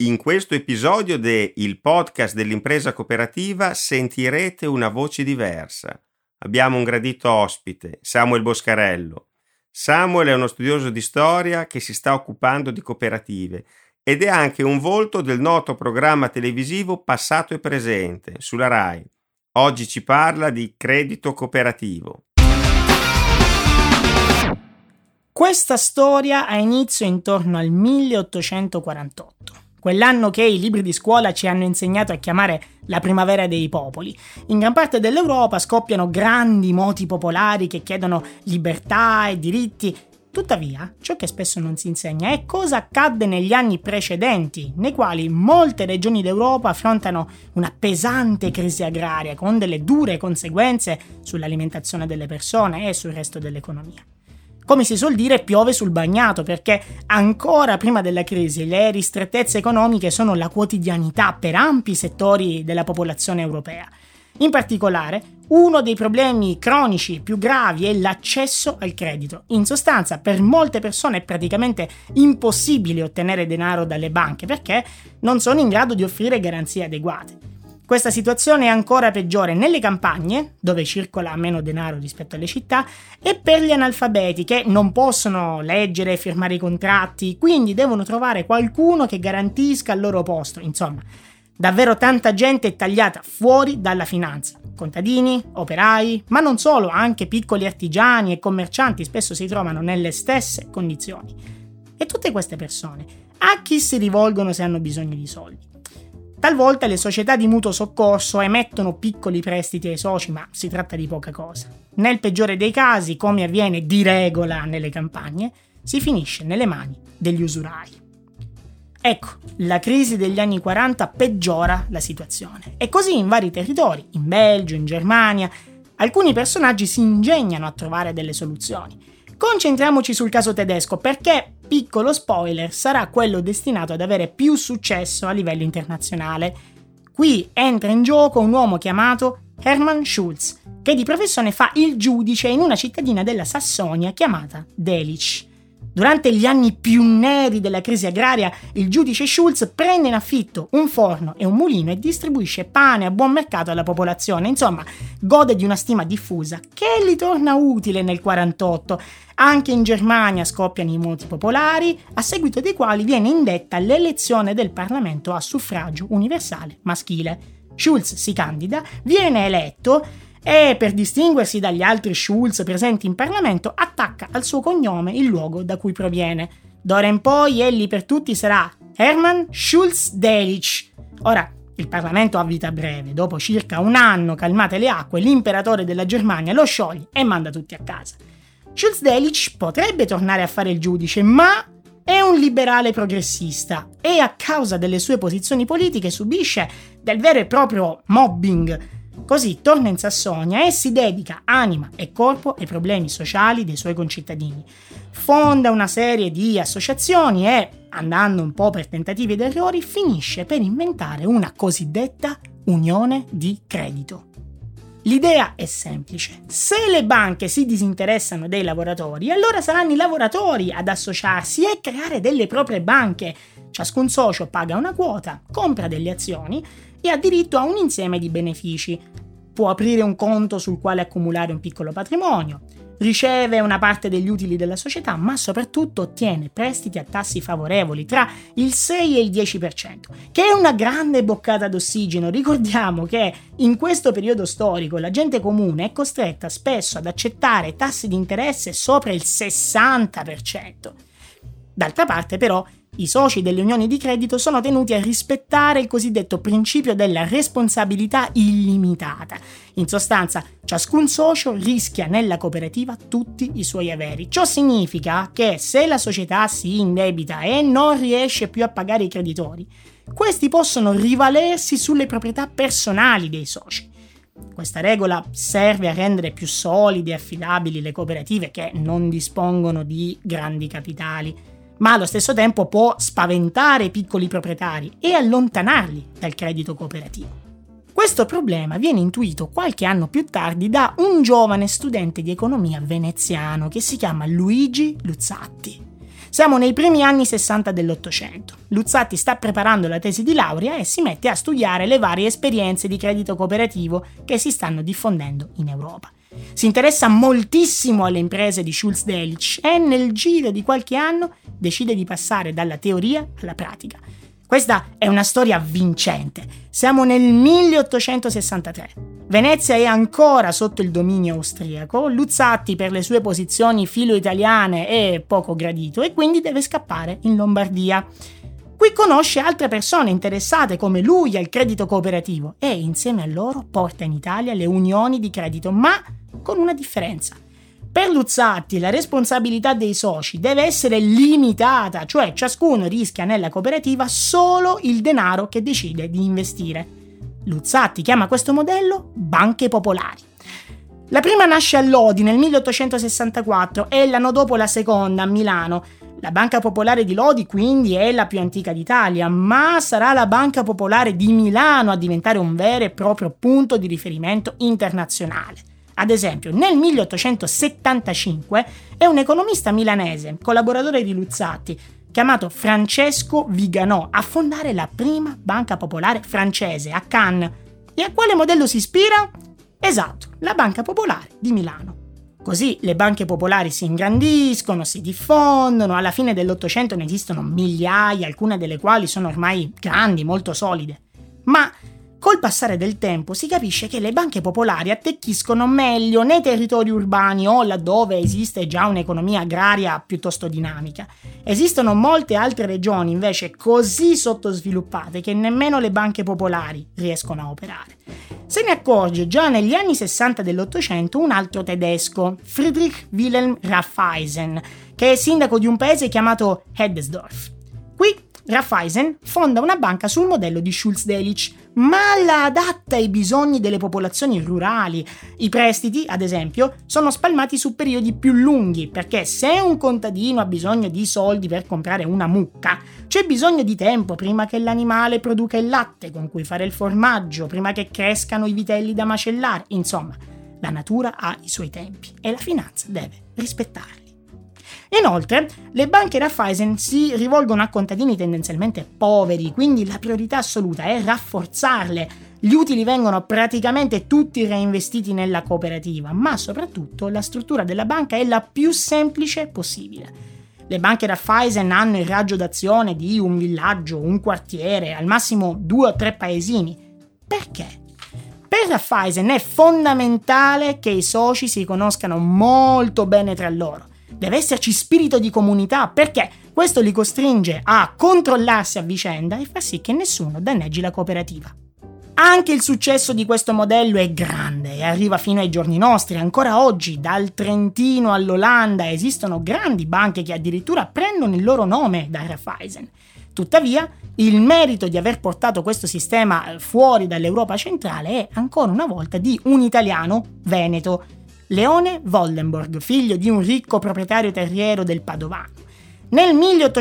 In questo episodio del podcast dell'impresa cooperativa sentirete una voce diversa. Abbiamo un gradito ospite, Samuel Boscarello. Samuel è uno studioso di storia che si sta occupando di cooperative ed è anche un volto del noto programma televisivo Passato e Presente sulla Rai. Oggi ci parla di credito cooperativo. Questa storia ha inizio intorno al 1848. Quell'anno che i libri di scuola ci hanno insegnato a chiamare la primavera dei popoli. In gran parte dell'Europa scoppiano grandi moti popolari che chiedono libertà e diritti. Tuttavia, ciò che spesso non si insegna è cosa accadde negli anni precedenti, nei quali molte regioni d'Europa affrontano una pesante crisi agraria con delle dure conseguenze sull'alimentazione delle persone e sul resto dell'economia. Come si suol dire, piove sul bagnato, perché ancora prima della crisi le ristrettezze economiche sono la quotidianità per ampi settori della popolazione europea. In particolare, uno dei problemi cronici più gravi è l'accesso al credito. In sostanza, per molte persone è praticamente impossibile ottenere denaro dalle banche perché non sono in grado di offrire garanzie adeguate. Questa situazione è ancora peggiore nelle campagne, dove circola meno denaro rispetto alle città, e per gli analfabeti che non possono leggere e firmare i contratti, quindi devono trovare qualcuno che garantisca il loro posto. Insomma, davvero tanta gente è tagliata fuori dalla finanza. Contadini, operai, ma non solo, anche piccoli artigiani e commercianti spesso si trovano nelle stesse condizioni. E tutte queste persone, a chi si rivolgono se hanno bisogno di soldi? Talvolta le società di mutuo soccorso emettono piccoli prestiti ai soci, ma si tratta di poca cosa. Nel peggiore dei casi, come avviene di regola nelle campagne, si finisce nelle mani degli usurai. Ecco, la crisi degli anni 40 peggiora la situazione. E così in vari territori, in Belgio, in Germania, alcuni personaggi si ingegnano a trovare delle soluzioni. Concentriamoci sul caso tedesco perché, piccolo spoiler, sarà quello destinato ad avere più successo a livello internazionale. Qui entra in gioco un uomo chiamato Hermann Schulz, che di professione fa il giudice in una cittadina della Sassonia chiamata Delitzsch. Durante gli anni più neri della crisi agraria, il giudice Schulz prende in affitto un forno e un mulino e distribuisce pane a buon mercato alla popolazione. Insomma, gode di una stima diffusa che gli torna utile nel 1948. Anche in Germania scoppiano i moti popolari, a seguito dei quali viene indetta l'elezione del Parlamento a suffragio universale maschile. Schulz si candida, viene eletto e, per distinguersi dagli altri Schulz presenti in Parlamento, attacca al suo cognome il luogo da cui proviene. D'ora in poi egli per tutti sarà Hermann Schulz Delitzsch. Ora, il Parlamento ha vita breve. Dopo circa un anno, calmate le acque, l'imperatore della Germania lo scioglie e manda tutti a casa. Schulz Delitzsch potrebbe tornare a fare il giudice, ma è un liberale progressista e a causa delle sue posizioni politiche subisce del vero e proprio mobbing. Così torna in Sassonia e si dedica anima e corpo ai problemi sociali dei suoi concittadini. Fonda una serie di associazioni e, andando un po' per tentativi ed errori, finisce per inventare una cosiddetta unione di credito. L'idea è semplice: se le banche si disinteressano dei lavoratori, allora saranno i lavoratori ad associarsi e creare delle proprie banche. Ciascun socio paga una quota, compra delle azioni e ha diritto a un insieme di benefici. Può aprire un conto sul quale accumulare un piccolo patrimonio, riceve una parte degli utili della società, ma soprattutto ottiene prestiti a tassi favorevoli tra il 6 e il 10%, che è una grande boccata d'ossigeno. Ricordiamo che in questo periodo storico la gente comune è costretta spesso ad accettare tassi di interesse sopra il 60%. D'altra parte, però, i soci delle unioni di credito sono tenuti a rispettare il cosiddetto principio della responsabilità illimitata. In sostanza, ciascun socio rischia nella cooperativa tutti i suoi averi. Ciò significa che se la società si indebita e non riesce più a pagare i creditori, questi possono rivalersi sulle proprietà personali dei soci. Questa regola serve a rendere più solide e affidabili le cooperative che non dispongono di grandi capitali, ma allo stesso tempo può spaventare i piccoli proprietari e allontanarli dal credito cooperativo. Questo problema viene intuito qualche anno più tardi da un giovane studente di economia veneziano che si chiama Luigi Luzzatti. Siamo nei primi anni 60 dell'Ottocento. Luzzatti sta preparando la tesi di laurea e si mette a studiare le varie esperienze di credito cooperativo che si stanno diffondendo in Europa. Si interessa moltissimo alle imprese di Schulze-Delitzsch e nel giro di qualche anno decide di passare dalla teoria alla pratica. Questa è una storia vincente. Siamo nel 1863. Venezia è ancora sotto il dominio austriaco, Luzzatti per le sue posizioni filo-italiane è poco gradito e quindi deve scappare in Lombardia. Qui conosce altre persone interessate come lui al credito cooperativo e insieme a loro porta in Italia le unioni di credito, ma con una differenza. Per Luzzatti la responsabilità dei soci deve essere limitata, cioè ciascuno rischia nella cooperativa solo il denaro che decide di investire. Luzzatti chiama questo modello banche popolari. La prima nasce a Lodi nel 1864 e l'anno dopo la seconda a Milano. La Banca Popolare di Lodi quindi è la più antica d'Italia, ma sarà la Banca Popolare di Milano a diventare un vero e proprio punto di riferimento internazionale. Ad esempio, nel 1875 è un economista milanese, collaboratore di Luzzatti, chiamato Francesco Viganò, a fondare la prima banca popolare francese a Cannes. E a quale modello si ispira? Esatto, la Banca Popolare di Milano. Così le banche popolari si ingrandiscono, si diffondono, alla fine dell'Ottocento ne esistono migliaia, alcune delle quali sono ormai grandi, molto solide. Ma col passare del tempo si capisce che le banche popolari attecchiscono meglio nei territori urbani o laddove esiste già un'economia agraria piuttosto dinamica. Esistono molte altre regioni invece così sottosviluppate che nemmeno le banche popolari riescono a operare. Se ne accorge già negli anni 60 dell'Ottocento un altro tedesco, Friedrich Wilhelm Raiffeisen, che è sindaco di un paese chiamato Heddesdorf. Qui Raiffeisen fonda una banca sul modello di Schulze-Delitzsch, ma la adatta ai bisogni delle popolazioni rurali. I prestiti, ad esempio, sono spalmati su periodi più lunghi, perché se un contadino ha bisogno di soldi per comprare una mucca, c'è bisogno di tempo prima che l'animale produca il latte con cui fare il formaggio, prima che crescano i vitelli da macellare. Insomma, la natura ha i suoi tempi e la finanza deve rispettarli. Inoltre, le banche Raiffeisen si rivolgono a contadini tendenzialmente poveri, quindi la priorità assoluta è rafforzarle. Gli utili vengono praticamente tutti reinvestiti nella cooperativa, ma soprattutto la struttura della banca è la più semplice possibile. Le banche Raiffeisen hanno il raggio d'azione di un villaggio, un quartiere, al massimo 2 o 3 paesini. Perché? Per Raiffeisen è fondamentale che i soci si conoscano molto bene tra loro. Deve esserci spirito di comunità perché questo li costringe a controllarsi a vicenda e fa sì che nessuno danneggi la cooperativa. Anche il successo di questo modello è grande e arriva fino ai giorni nostri. Ancora oggi, dal Trentino all'Olanda, esistono grandi banche che addirittura prendono il loro nome da Raiffeisen. Tuttavia, il merito di aver portato questo sistema fuori dall'Europa centrale è ancora una volta di un italiano veneto, Leone Vollenborg, figlio di un ricco proprietario terriero del Padovano. Nel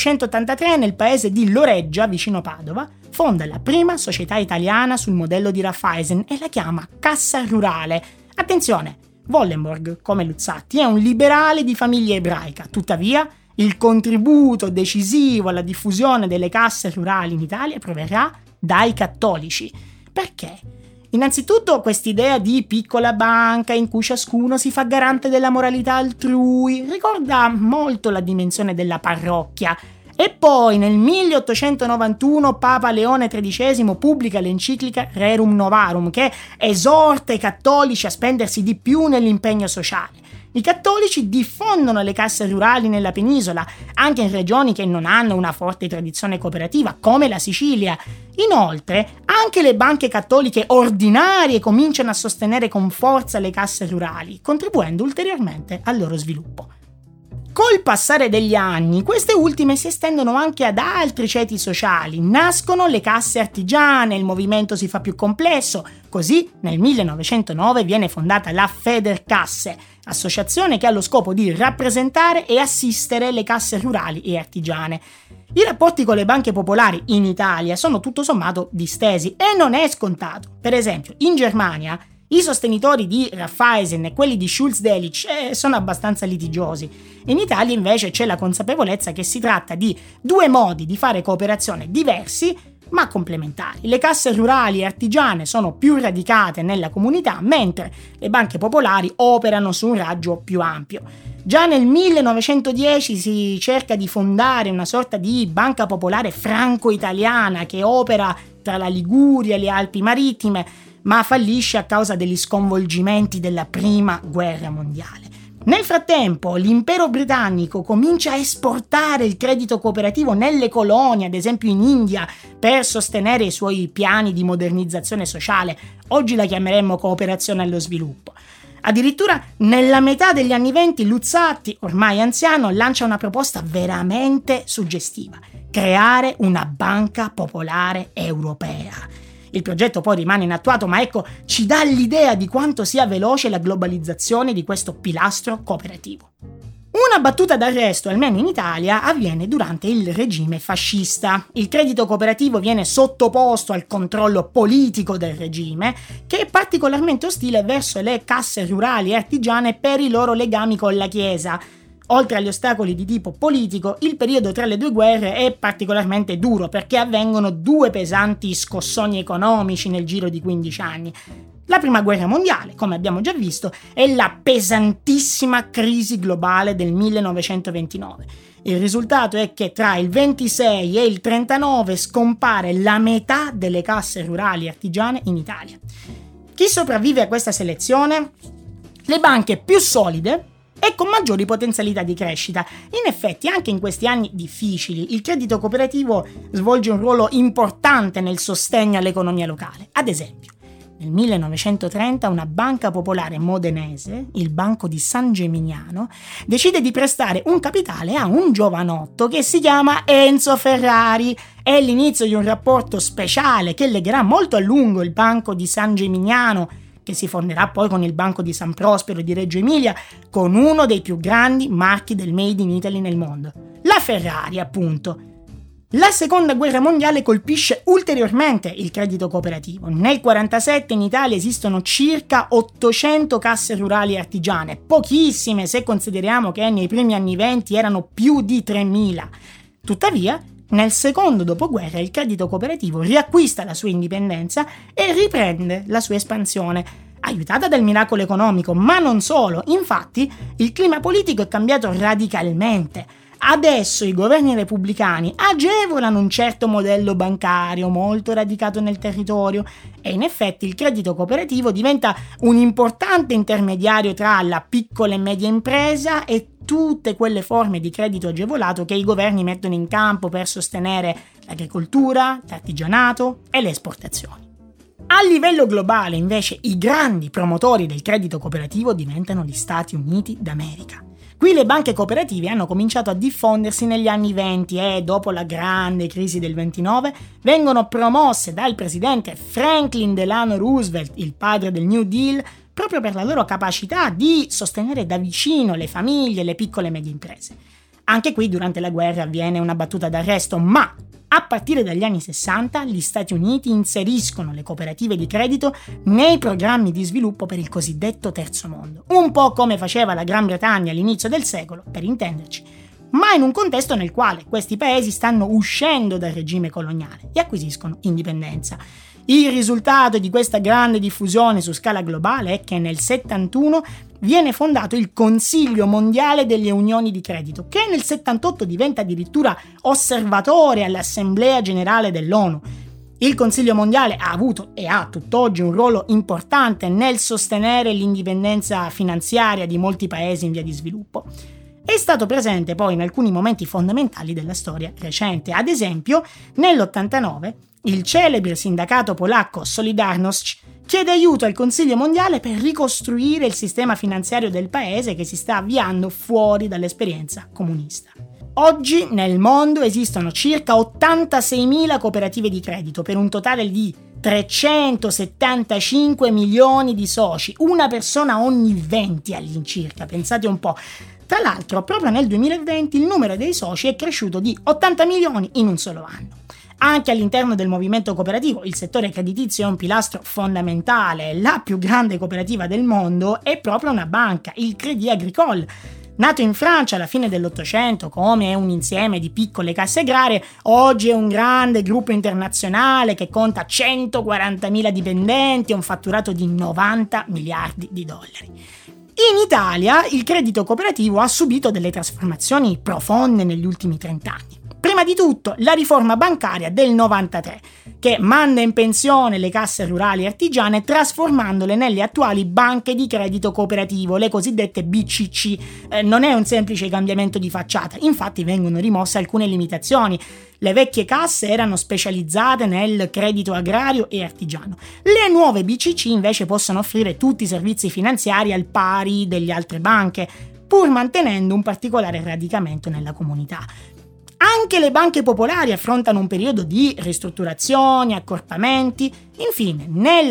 1883, nel paese di Loreggia, vicino Padova, fonda la prima società italiana sul modello di Raiffeisen e la chiama Cassa Rurale. Attenzione, Vollenborg, come Luzzatti, è un liberale di famiglia ebraica, tuttavia il contributo decisivo alla diffusione delle casse rurali in Italia proverrà dai cattolici. Perché? Innanzitutto quest'idea di piccola banca in cui ciascuno si fa garante della moralità altrui ricorda molto la dimensione della parrocchia. E poi nel 1891 Papa Leone XIII pubblica l'enciclica Rerum Novarum che esorta i cattolici a spendersi di più nell'impegno sociale. I cattolici diffondono le casse rurali nella penisola, anche in regioni che non hanno una forte tradizione cooperativa, come la Sicilia. Inoltre, anche le banche cattoliche ordinarie cominciano a sostenere con forza le casse rurali, contribuendo ulteriormente al loro sviluppo. Col passare degli anni, queste ultime si estendono anche ad altri ceti sociali, nascono le casse artigiane, il movimento si fa più complesso, così nel 1909 viene fondata la Federcasse, associazione che ha lo scopo di rappresentare e assistere le casse rurali e artigiane. I rapporti con le banche popolari in Italia sono tutto sommato distesi e non è scontato. Per esempio, in Germania I sostenitori di Raiffeisen e quelli di Schulz-Delitzsch sono abbastanza litigiosi. In Italia invece c'è la consapevolezza che si tratta di due modi di fare cooperazione diversi ma complementari. Le casse rurali e artigiane sono più radicate nella comunità, mentre le banche popolari operano su un raggio più ampio. Già nel 1910 si cerca di fondare una sorta di banca popolare franco-italiana che opera tra la Liguria e le Alpi Marittime, ma fallisce a causa degli sconvolgimenti della Prima Guerra Mondiale. Nel frattempo, l'impero britannico comincia a esportare il credito cooperativo nelle colonie, ad esempio in India, per sostenere i suoi piani di modernizzazione sociale. Oggi la chiameremmo cooperazione allo sviluppo. Addirittura nella metà degli anni '20 Luzzatti, ormai anziano, lancia una proposta veramente suggestiva: creare una banca popolare europea. Il progetto poi rimane inattuato, ma ecco, ci dà l'idea di quanto sia veloce la globalizzazione di questo pilastro cooperativo. Una battuta d'arresto, almeno in Italia, avviene durante il regime fascista. Il credito cooperativo viene sottoposto al controllo politico del regime, che è particolarmente ostile verso le casse rurali e artigiane per i loro legami con la Chiesa. Oltre agli ostacoli di tipo politico, il periodo tra le due guerre è particolarmente duro perché avvengono due pesanti scossoni economici nel giro di 15 anni. La Prima Guerra Mondiale, come abbiamo già visto, e la pesantissima crisi globale del 1929. Il risultato è che tra il 26 e il 39 scompare la metà delle casse rurali e artigiane in Italia. Chi sopravvive a questa selezione? Le banche più solide e con maggiori potenzialità di crescita. In effetti, anche in questi anni difficili, il credito cooperativo svolge un ruolo importante nel sostegno all'economia locale. Ad esempio, nel 1930 una banca popolare modenese, il Banco di San Gemignano, decide di prestare un capitale a un giovanotto che si chiama Enzo Ferrari. È l'inizio di un rapporto speciale che legherà molto a lungo il Banco di San Gemignano, che si fonderà poi con il Banco di San Prospero di Reggio Emilia, con uno dei più grandi marchi del Made in Italy nel mondo, la Ferrari, appunto. La Seconda Guerra Mondiale colpisce ulteriormente il credito cooperativo. Nel 1947 in Italia esistono circa 800 casse rurali e artigiane, pochissime se consideriamo che nei primi anni '20 erano più di 3.000. Tuttavia, nel secondo dopoguerra il credito cooperativo riacquista la sua indipendenza e riprende la sua espansione, aiutata dal miracolo economico, ma non solo. Infatti, il clima politico è cambiato radicalmente. Adesso i governi repubblicani agevolano un certo modello bancario molto radicato nel territorio e in effetti il credito cooperativo diventa un importante intermediario tra la piccola e media impresa e tutte quelle forme di credito agevolato che i governi mettono in campo per sostenere l'agricoltura, l'artigianato e le esportazioni. A livello globale, invece, i grandi promotori del credito cooperativo diventano gli Stati Uniti d'America. Qui le banche cooperative hanno cominciato a diffondersi negli anni '20 e, dopo la grande crisi del '29, vengono promosse dal presidente Franklin Delano Roosevelt, il padre del New Deal, proprio per la loro capacità di sostenere da vicino le famiglie e le piccole e medie imprese. Anche qui durante la guerra avviene una battuta d'arresto, ma a partire dagli anni 60 gli Stati Uniti inseriscono le cooperative di credito nei programmi di sviluppo per il cosiddetto terzo mondo, un po' come faceva la Gran Bretagna all'inizio del secolo, per intenderci, ma in un contesto nel quale questi paesi stanno uscendo dal regime coloniale e acquisiscono indipendenza. Il risultato di questa grande diffusione su scala globale è che nel 71 viene fondato il Consiglio Mondiale delle Unioni di Credito, che nel 78 diventa addirittura osservatore all'Assemblea Generale dell'ONU. Il Consiglio Mondiale ha avuto e ha tutt'oggi un ruolo importante nel sostenere l'indipendenza finanziaria di molti paesi in via di sviluppo. È stato presente poi in alcuni momenti fondamentali della storia recente. Ad esempio, nell'89 il celebre sindacato polacco Solidarność chiede aiuto al Consiglio Mondiale per ricostruire il sistema finanziario del paese che si sta avviando fuori dall'esperienza comunista. Oggi nel mondo esistono circa 86.000 cooperative di credito per un totale di 375 milioni di soci, una persona ogni 20 all'incirca, pensate un po'. Tra l'altro, proprio nel 2020 il numero dei soci è cresciuto di 80 milioni in un solo anno. Anche all'interno del movimento cooperativo il settore creditizio è un pilastro fondamentale. La più grande cooperativa del mondo è proprio una banca, il Crédit Agricole. Nato in Francia alla fine dell'Ottocento come un insieme di piccole casse agrarie, oggi è un grande gruppo internazionale che conta 140.000 dipendenti e un fatturato di 90 miliardi di dollari. In Italia il credito cooperativo ha subito delle trasformazioni profonde negli ultimi 30 anni. Prima di tutto la riforma bancaria del 93, che manda in pensione le casse rurali e artigiane trasformandole nelle attuali banche di credito cooperativo, le cosiddette BCC. Non è un semplice cambiamento di facciata, infatti vengono rimosse alcune limitazioni. Le vecchie casse erano specializzate nel credito agrario e artigiano. Le nuove BCC invece possono offrire tutti i servizi finanziari al pari delle altre banche, pur mantenendo un particolare radicamento nella comunità. Anche le banche popolari affrontano un periodo di ristrutturazioni, accorpamenti. Infine, nel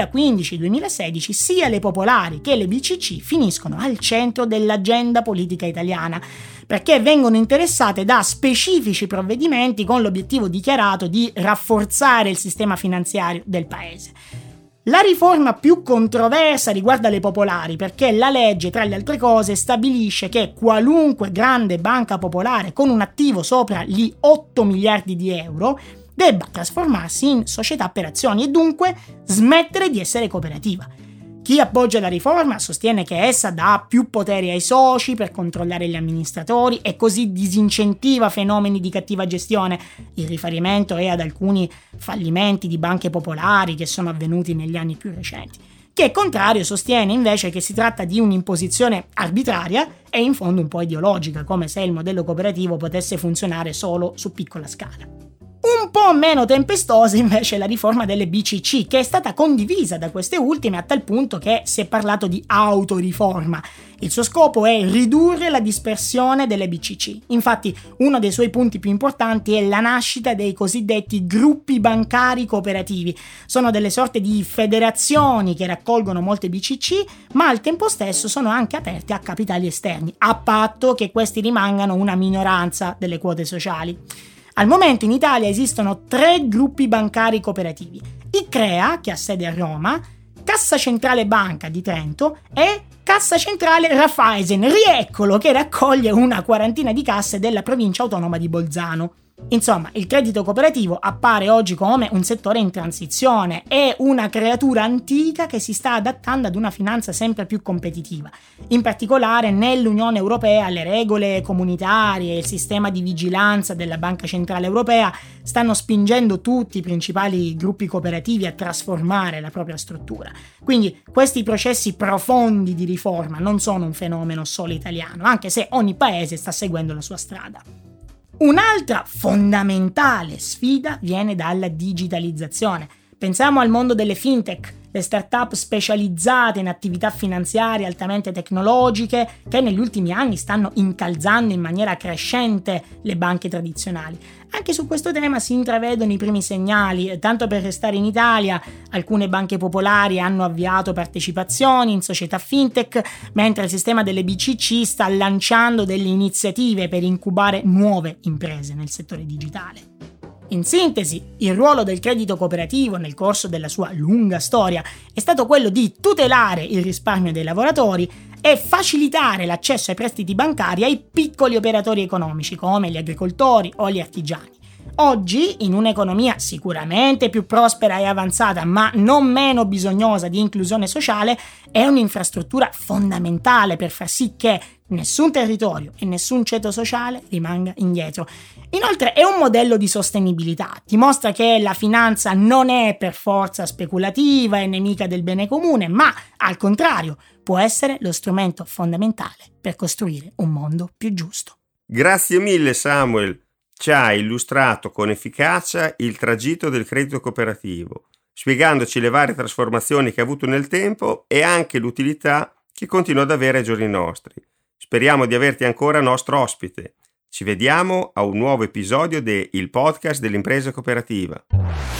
2015-2016 sia le popolari che le BCC finiscono al centro dell'agenda politica italiana, perché vengono interessate da specifici provvedimenti con l'obiettivo dichiarato di rafforzare il sistema finanziario del paese. La riforma più controversa riguarda le popolari perché la legge, tra le altre cose, stabilisce che qualunque grande banca popolare con un attivo sopra gli 8 miliardi di euro debba trasformarsi in società per azioni e dunque smettere di essere cooperativa. Chi appoggia la riforma sostiene che essa dà più poteri ai soci per controllare gli amministratori e così disincentiva fenomeni di cattiva gestione. Il riferimento è ad alcuni fallimenti di banche popolari che sono avvenuti negli anni più recenti. Chi è contrario sostiene invece che si tratta di un'imposizione arbitraria e in fondo un po' ideologica, come se il modello cooperativo potesse funzionare solo su piccola scala. Un po' meno tempestosa invece è la riforma delle BCC, che è stata condivisa da queste ultime a tal punto che si è parlato di autoriforma. Il suo scopo è ridurre la dispersione delle BCC. Infatti, uno dei suoi punti più importanti è la nascita dei cosiddetti gruppi bancari cooperativi. Sono delle sorte di federazioni che raccolgono molte BCC, ma al tempo stesso sono anche aperte a capitali esterni, a patto che questi rimangano una minoranza delle quote sociali. Al momento in Italia esistono 3 gruppi bancari cooperativi: ICCREA, che ha sede a Roma, Cassa Centrale Banca di Trento e Cassa Centrale Raiffeisen, rieccolo, che raccoglie una quarantina di casse della provincia autonoma di Bolzano. Insomma, il credito cooperativo appare oggi come un settore in transizione, è una creatura antica che si sta adattando ad una finanza sempre più competitiva. In particolare nell'Unione Europea le regole comunitarie e il sistema di vigilanza della Banca Centrale Europea stanno spingendo tutti i principali gruppi cooperativi a trasformare la propria struttura. Quindi questi processi profondi di riforma non sono un fenomeno solo italiano, anche se ogni paese sta seguendo la sua strada. Un'altra fondamentale sfida viene dalla digitalizzazione. Pensiamo al mondo delle fintech, le start-up specializzate in attività finanziarie altamente tecnologiche che negli ultimi anni stanno incalzando in maniera crescente le banche tradizionali. Anche su questo tema si intravedono i primi segnali. Tanto per restare in Italia, alcune banche popolari hanno avviato partecipazioni in società fintech, mentre il sistema delle BCC sta lanciando delle iniziative per incubare nuove imprese nel settore digitale. In sintesi, il ruolo del credito cooperativo nel corso della sua lunga storia è stato quello di tutelare il risparmio dei lavoratori e facilitare l'accesso ai prestiti bancari ai piccoli operatori economici come gli agricoltori o gli artigiani. Oggi, in un'economia sicuramente più prospera e avanzata, ma non meno bisognosa di inclusione sociale, è un'infrastruttura fondamentale per far sì che nessun territorio e nessun ceto sociale rimanga indietro. Inoltre è un modello di sostenibilità, dimostra che la finanza non è per forza speculativa e nemica del bene comune, ma al contrario può essere lo strumento fondamentale per costruire un mondo più giusto. Grazie mille Samuel, ci hai illustrato con efficacia il tragitto del credito cooperativo, spiegandoci le varie trasformazioni che ha avuto nel tempo e anche l'utilità che continua ad avere ai giorni nostri. Speriamo di averti ancora nostro ospite. Ci vediamo a un nuovo episodio de Il Podcast dell'Impresa Cooperativa.